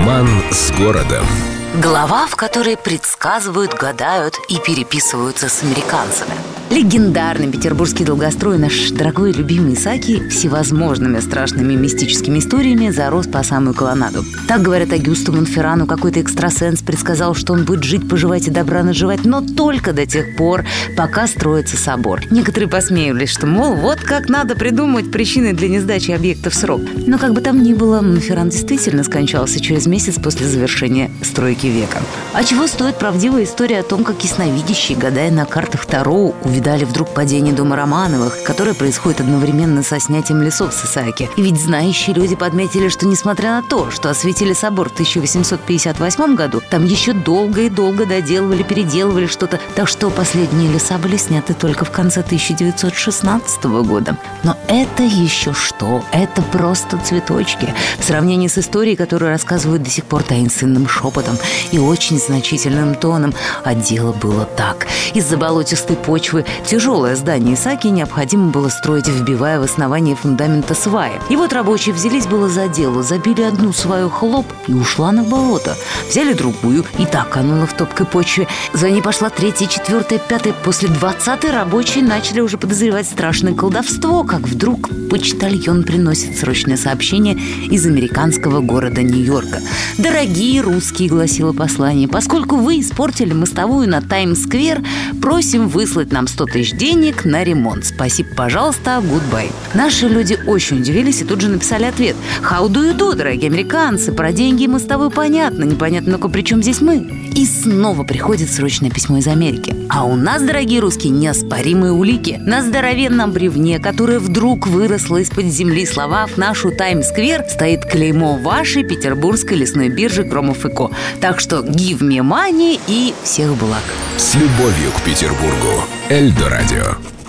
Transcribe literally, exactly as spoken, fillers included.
Роман с городом. Глава, в которой предсказывают, гадают и переписываются с американцами. Легендарный петербургский долгострой, наш дорогой и любимый Исааки, всевозможными страшными мистическими историями зарос по самую колоннаду. Так говорят, Агюсту Монферрану какой-то экстрасенс предсказал, что он будет жить, поживать и добра наживать, но только до тех пор, пока строится собор. Некоторые посмеивались, что, мол, вот как надо придумать причины для несдачи объекта в срок. Но как бы там ни было, Монферран действительно скончался через месяц после завершения стройки века. А чего стоит правдивая история о том, как ясновидящие, гадая на картах Таро, увидали вдруг падение дома Романовых, которое происходит одновременно со снятием лесов с Исааки. И ведь знающие люди подметили, что несмотря на то, что осветили собор в тысяча восемьсот пятьдесят восьмом году, там еще долго и долго доделывали, переделывали что-то, так что последние леса были сняты только в конце тысяча девятьсот шестнадцатого года. Но это еще что? Это просто цветочки в сравнении с историей, которую рассказывают до сих пор таинственным шепотом и очень значительным тоном. А дело было так. Из-за болотистой почвы тяжелое здание Исааки необходимо было строить, вбивая в основание фундамента сваи. И вот рабочие взялись было за дело, забили одну сваю хлоп, и ушла она в болото. Взяли другую, и так канула в топкой почве. За ней пошла третья, четвертая, пятая. После двадцатой рабочие начали уже подозревать страшное колдовство, как вдруг почтальон приносит срочное сообщение из американского города Нью-Йорка. «Дорогие русские», — гласило послание, «поскольку вы испортили мостовую на Таймс-сквер, просим выслать нам сто тысяч денег на ремонт. Спасибо, пожалуйста, гудбай». Наши люди очень удивились и тут же написали ответ: «How do you do, дорогие американцы? Про деньги и мостовую понятно. Непонятно, только при чем здесь мы?» И снова приходит срочное письмо из Америки. А у нас, дорогие русские, неоспоримые улики. На здоровенном бревне, которое вдруг выросло из-под земли, слова «в нашу Таймс-сквер», стоит клеймо вашей петербургской лесной биржи Громов и Ко. Так что give me money и всех благ. С любовью к Петербургу. Эльдо радио.